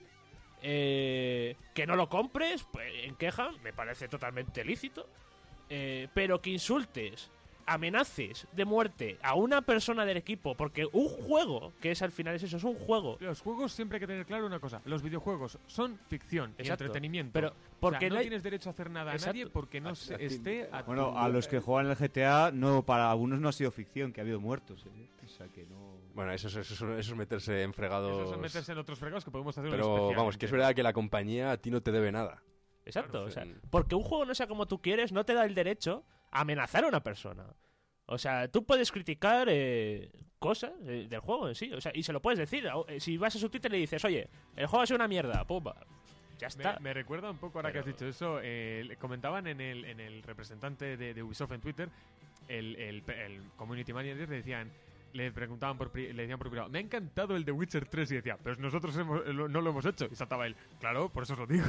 Que no lo compres, pues, en queja, me parece totalmente lícito. Pero que insultes, amenaces de muerte a una persona del equipo, porque un juego, que es al final es un juego. los juegos siempre hay que tener claro una cosa. Los videojuegos son ficción y Exacto. entretenimiento. Pero O sea, porque no no hay- tienes derecho a hacer nada a Exacto. nadie porque no esté a Bueno, tu- a los que juegan el GTA, no, para algunos no ha sido ficción, que ha habido muertos. O sea, que no... Bueno, eso es meterse en fregados. Eso es meterse en otros fregados que podemos hacer un Pero especial vamos, que es entero. verdad que la compañía a ti no te debe nada. Exacto, Claro, o sea, sí. porque un juego no sea como tú quieres, no te da el derecho a amenazar a una persona. O sea, tú puedes criticar cosas del juego en sí, o sea, y se lo puedes decir. Si vas a su Twitter y le dices, oye, el juego ha sido una mierda, pumba, ya está. Me recuerda un poco, ahora que has Pero- dicho eso, comentaban en el representante de Ubisoft en Twitter, el community manager, le preguntaban le decían por privado, me ha encantado el de Witcher 3 y decía, pero nosotros no lo hemos hecho. Y saltaba él, claro, por eso os lo digo.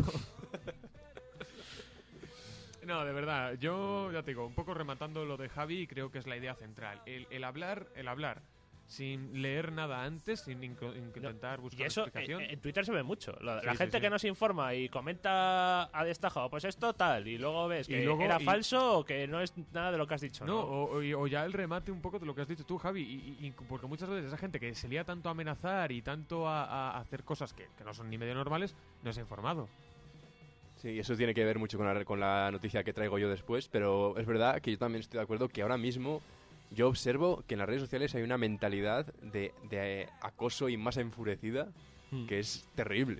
No, de verdad, yo ya te digo, un poco rematando lo de Javi, creo que es la idea central. El hablar sin leer nada antes, sin intentar buscar Y eso explicación. en Twitter se ve mucho. La Sí, gente sí. que no se informa y comenta a destajo, pues esto tal, y luego ves Y que luego- era y- falso o que no es nada de lo que has dicho. No, o ya el remate un poco de lo que has dicho tú, Javi, y porque muchas veces esa gente que se lía tanto a amenazar y tanto a hacer cosas que no son ni medio normales, no se ha informado. Sí, eso tiene que ver mucho con la noticia que traigo yo después, pero es verdad que yo también estoy de acuerdo que ahora mismo yo observo que en las redes sociales hay una mentalidad de acoso y masa enfurecida Mm. que es terrible.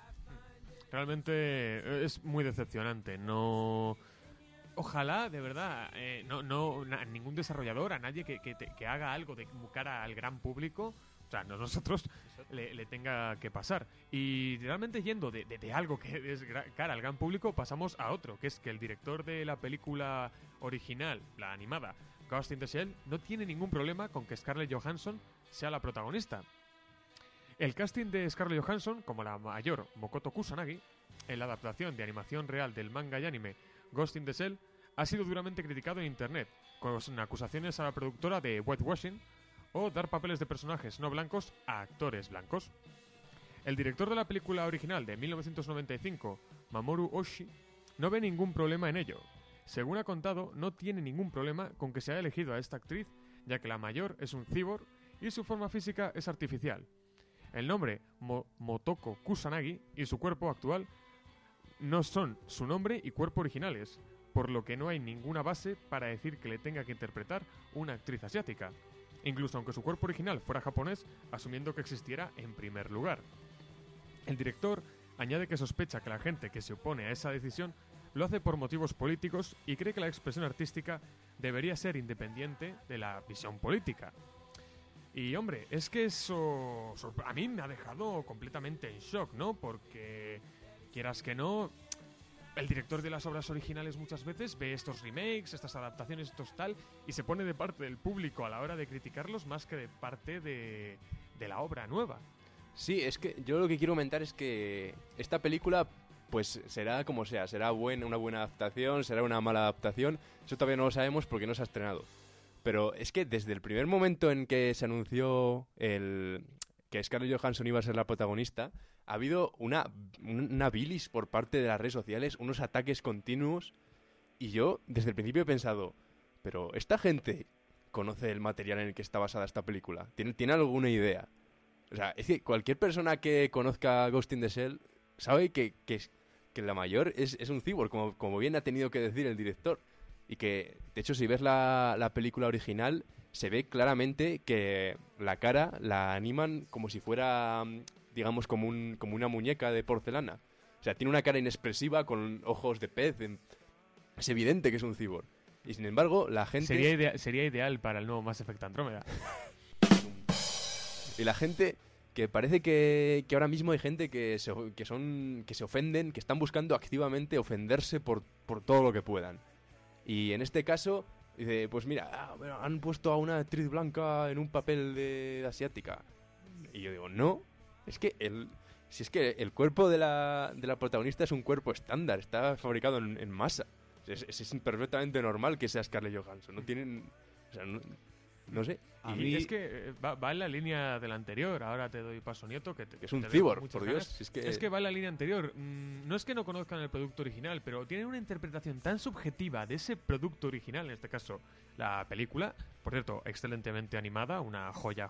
Realmente es muy decepcionante. No. Ojalá, de verdad, ningún desarrollador, a nadie que haga algo de cara al gran público, o sea, no nosotros, le tenga que pasar. Y realmente yendo de algo que es cara al gran público, pasamos a otro, que es que el director de la película original, la animada, Ghost in the Shell, no tiene ningún problema con que Scarlett Johansson sea la protagonista. El casting de Scarlett Johansson como la mayor Makoto Kusanagi en la adaptación de animación real del manga y anime Ghost in the Shell ha sido duramente criticado en internet, con acusaciones a la productora de whitewashing o dar papeles de personajes no blancos a actores blancos. El director de la película original de 1995, Mamoru Oshii, no ve ningún problema en ello. Según ha contado, no tiene ningún problema con que se haya elegido a esta actriz, ya que la mayor es un cyborg y su forma física es artificial. El nombre Motoko Kusanagi y su cuerpo actual no son su nombre y cuerpo originales, por lo que no hay ninguna base para decir que le tenga que interpretar una actriz asiática, incluso aunque su cuerpo original fuera japonés, asumiendo que existiera en primer lugar. El director añade que sospecha que la gente que se opone a esa decisión lo hace por motivos políticos y cree que la expresión artística debería ser independiente de la visión política. Y hombre, es que eso a mí me ha dejado completamente en shock, ¿no? Porque quieras que no, el director de las obras originales muchas veces ve estos remakes, estas adaptaciones, estos tal, y se pone de parte del público a la hora de criticarlos más que de parte de la obra nueva. Sí, es que yo lo que quiero comentar es que esta película pues será como sea, será una buena adaptación, será una mala adaptación, eso todavía no lo sabemos porque no se ha estrenado. Pero es que desde el primer momento en que se anunció que Scarlett Johansson iba a ser la protagonista, ha habido una bilis por parte de las redes sociales, unos ataques continuos, y yo desde el principio he pensado, pero esta gente conoce el material en el que está basada esta película, ¿tiene alguna idea? O sea, es que cualquier persona que conozca Ghost in the Shell sabe que la mayor es un cyborg, como bien ha tenido que decir el director. Y que, de hecho, si ves la película original, se ve claramente que la cara la animan como si fuera, digamos, como una muñeca de porcelana. O sea, tiene una cara inexpresiva con ojos de pez. Es evidente que es un cyborg. Y sin embargo, la gente... Sería ideal para el nuevo Mass Effect Andrómeda. Y la gente... que parece que ahora mismo hay gente que se ofenden, que están buscando activamente ofenderse por todo lo que puedan. Y en este caso, dice, pues mira, han puesto a una actriz blanca en un papel de asiática. Y yo digo, no, es que el cuerpo de la protagonista es un cuerpo estándar, está fabricado en masa. Es perfectamente normal que sea Scarlett Johansson, no tienen... O sea, no sé. Y es que va en la línea del anterior. Ahora te doy paso, Nieto, que es un cyborg, por Dios. Es que va en la línea anterior. No es que no conozcan el producto original, pero tienen una interpretación tan subjetiva de ese producto original, en este caso la película, por cierto, excelentemente animada, una joya.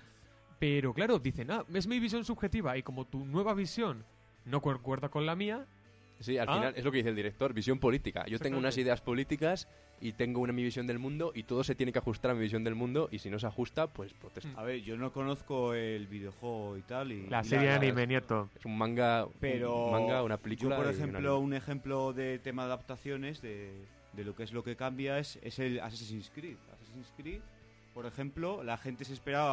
Pero claro, dicen, es mi visión subjetiva, y como tu nueva visión no concuerda con la mía... Sí, al final es lo que dice el director, visión política. Yo tengo unas ideas políticas y tengo mi visión del mundo, y todo se tiene que ajustar a mi visión del mundo, y si no se ajusta, pues protesto. A ver, yo no conozco el videojuego y tal. La serie de anime, Nieto. Es un manga, pero una película. Yo, por ejemplo, un ejemplo de tema de adaptaciones, de lo que cambia, es el Assassin's Creed. Assassin's Creed, por ejemplo, la gente se esperaba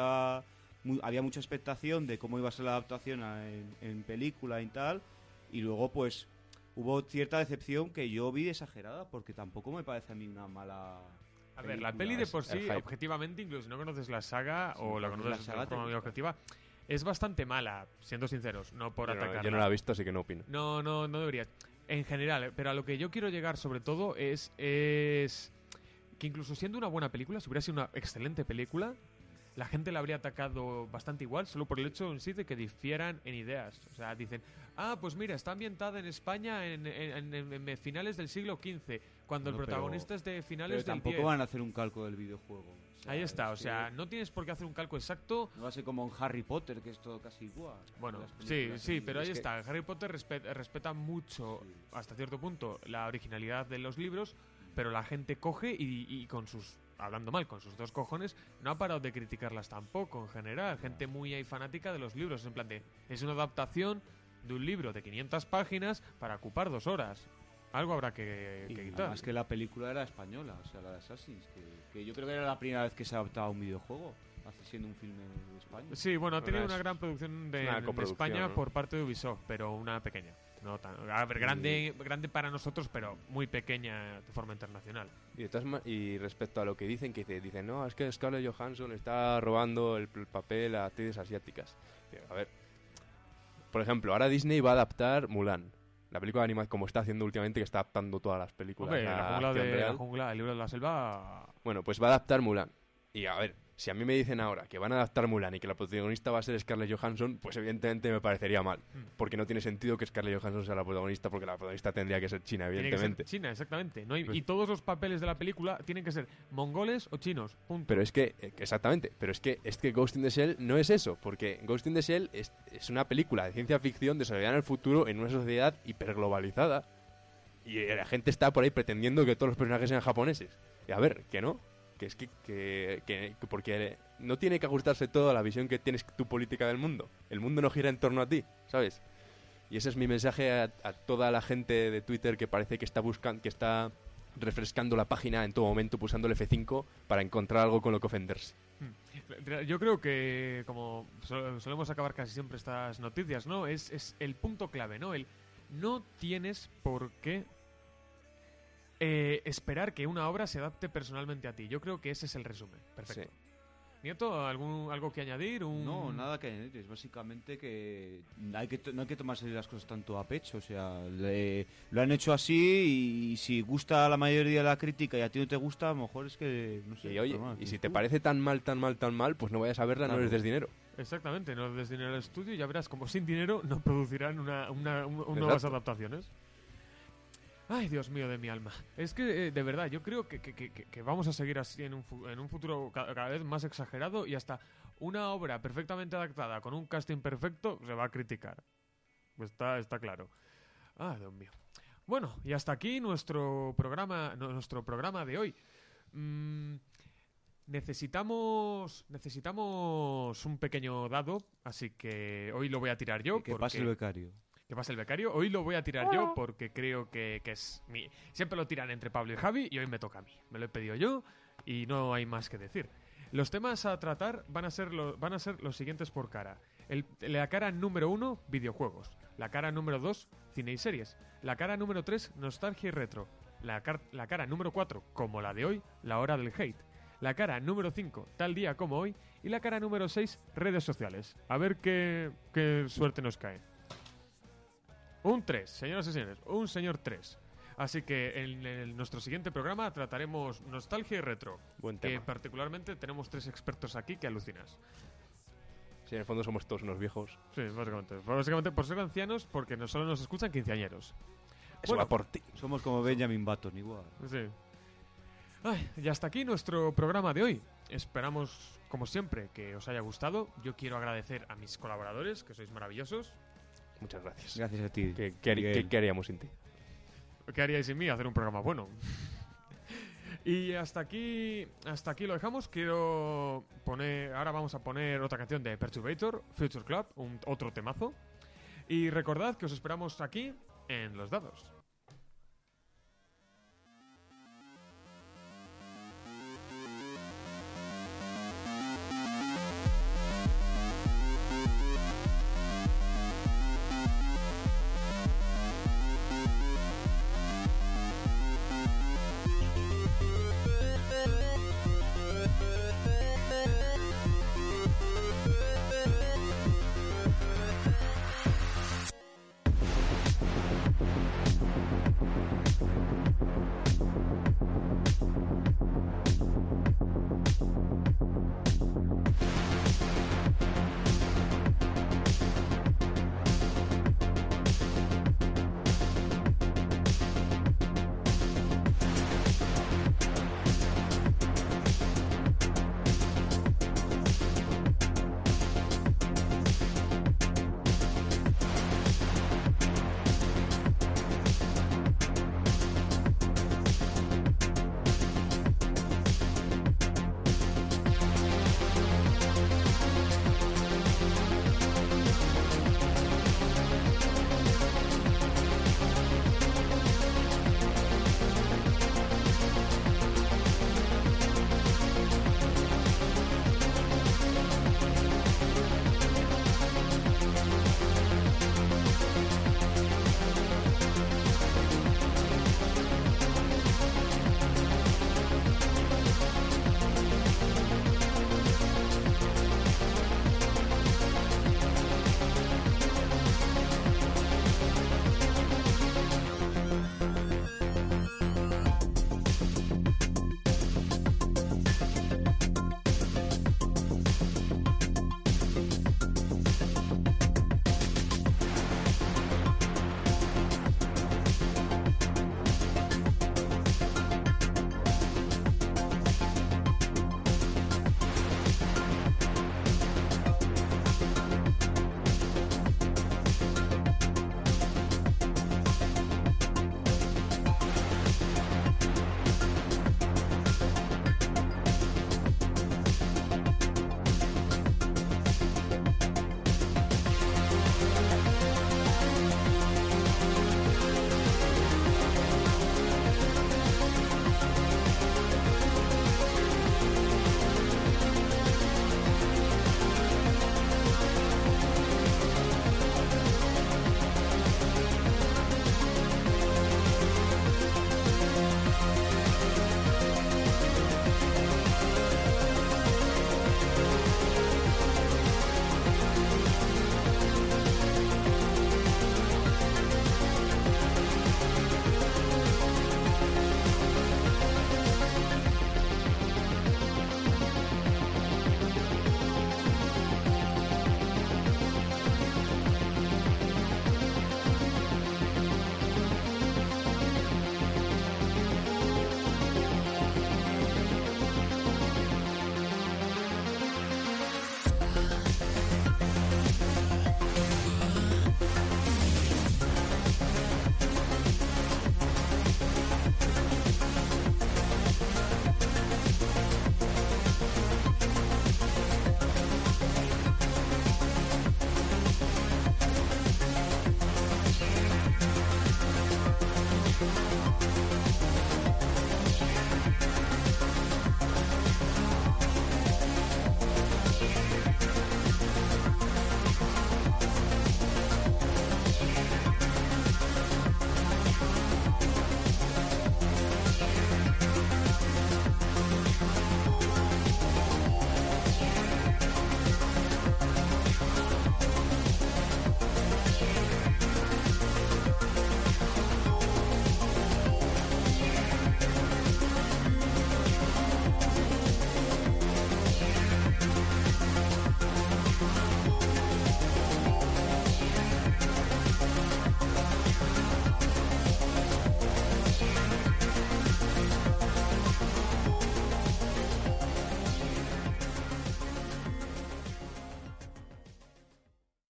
había mucha expectación de cómo iba a ser la adaptación en película y tal, y luego pues hubo cierta decepción que yo vi exagerada, porque tampoco me parece a mí una mala... A ver, la peli de por sí, objetivamente, incluso si no conoces la saga, o la conoces de forma muy objetiva, es bastante mala, siendo sinceros, no por atacarla. Yo no la he visto, así que no opino. No deberías. En general, pero a lo que yo quiero llegar sobre todo es que incluso siendo una buena película, si hubiera sido una excelente película, la gente la habría atacado bastante igual, solo por el hecho en sí de que difieran en ideas. O sea, dicen, pues mira, está ambientada en España en finales del siglo XV, cuando el protagonista es de finales del X. Tampoco van a hacer un calco del videojuego. O sea, ahí está, o sea, no tienes por qué hacer un calco exacto. No va a ser como en Harry Potter, que es todo casi igual. Bueno, sí, pero ahí está. Harry Potter respeta mucho, hasta cierto punto, la originalidad de los libros, pero la gente coge y con sus... hablando mal, con sus dos cojones, no ha parado de criticarlas tampoco, en general. Gente muy fanática de los libros, en plan de... Es una adaptación de un libro de 500 páginas para ocupar 2 horas. Algo habrá que quitar. Además que la película era española, o sea, la de Assassin's, que yo creo que era la primera vez que se adaptaba a un videojuego, siendo un filme de España. Sí, bueno, ha tenido una gran producción de España, ¿no?, por parte de Ubisoft, pero una pequeña. No tan, a ver, grande para nosotros, pero muy pequeña de forma internacional. Y respecto a lo que dicen, no, es que Scarlett Johansson está robando el papel a actrices asiáticas. A ver, por ejemplo, ahora Disney va a adaptar Mulan, la película de animación, como está haciendo últimamente, que está adaptando todas las películas. Hombre, la jungla, el libro de la selva... Bueno, pues va a adaptar Mulan. Y a ver, si a mí me dicen ahora que van a adaptar Mulan y que la protagonista va a ser Scarlett Johansson, pues evidentemente me parecería mal. Porque no tiene sentido que Scarlett Johansson sea la protagonista, porque la protagonista tendría que ser china, evidentemente. Tiene que ser china, exactamente. ¿No? Y todos los papeles de la película tienen que ser mongoles o chinos, punto. Pero es que, exactamente, pero es que Ghost in the Shell no es eso, porque Ghost in the Shell es una película de ciencia ficción desarrollada en el futuro en una sociedad hiperglobalizada. Y la gente está por ahí pretendiendo que todos los personajes sean japoneses. Y a ver, que no. Que es que porque no tiene que ajustarse todo a la visión que tienes tu política del mundo. El mundo no gira en torno a ti, ¿sabes? Y ese es mi mensaje a toda la gente de Twitter que parece que está refrescando la página en todo momento, pulsando el F5 para encontrar algo con lo que ofenderse. Yo creo que, como solemos acabar casi siempre estas noticias, ¿no? Es el punto clave, ¿no? No tienes por qué esperar que una obra se adapte personalmente a ti. Yo creo que ese es el resumen. Perfecto. Sí. Nieto, ¿algo que añadir? No, nada que añadir. Es básicamente que no hay que tomarse las cosas tanto a pecho. O sea, lo han hecho así y si gusta a la mayoría de la crítica y a ti no te gusta, a lo mejor es que, no sé. Y oye, normal, y si te parece tan mal, pues no vayas a verla, Claro. no les des dinero. Exactamente, no des dinero al estudio y ya verás como sin dinero no producirán nuevas Exacto. adaptaciones. Ay, Dios mío de mi alma. Es que, de verdad, yo creo que vamos a seguir así en un futuro cada vez más exagerado y hasta una obra perfectamente adaptada con un casting perfecto se va a criticar. Está claro. Ah, Dios mío. Bueno, y hasta aquí nuestro programa de hoy. Necesitamos un pequeño dado, así que hoy lo voy a tirar yo. Que pase el becario. Que pase el becario. Hoy lo voy a tirar yo porque creo que es mi... Siempre lo tiran entre Pablo y Javi y hoy me toca a mí. Me lo he pedido yo y no hay más que decir. Los temas a tratar van a ser los siguientes por cara. La cara número 1, videojuegos. La cara número 2, cine y series. La cara número 3, nostalgia y retro. La cara número 4, como la de hoy, la hora del hate. La cara número 5, tal día como hoy. Y la cara número 6, redes sociales. A ver qué suerte nos cae. Un 3, señoras y señores, un señor 3. Así que en nuestro siguiente programa trataremos nostalgia y retro. Buen Que tema. particularmente tenemos 3 expertos aquí que alucinas. Si en el fondo somos todos unos viejos. Sí, básicamente. Básicamente por ser ancianos, porque solo nos escuchan quinceañeros. Eso va por ti. Somos como Benjamin Button, igual. Sí. Ay, y hasta aquí nuestro programa de hoy. Esperamos, como siempre, que os haya gustado. Yo quiero agradecer a mis colaboradores, que sois maravillosos. Muchas gracias. Gracias a ti. ¿Qué haríamos sin ti? ¿Qué haríais sin mí? Hacer un programa bueno. Y hasta aquí lo dejamos. Ahora vamos a poner otra canción de Perturbator, Future Club, otro temazo. Y recordad que os esperamos aquí en Los Dados.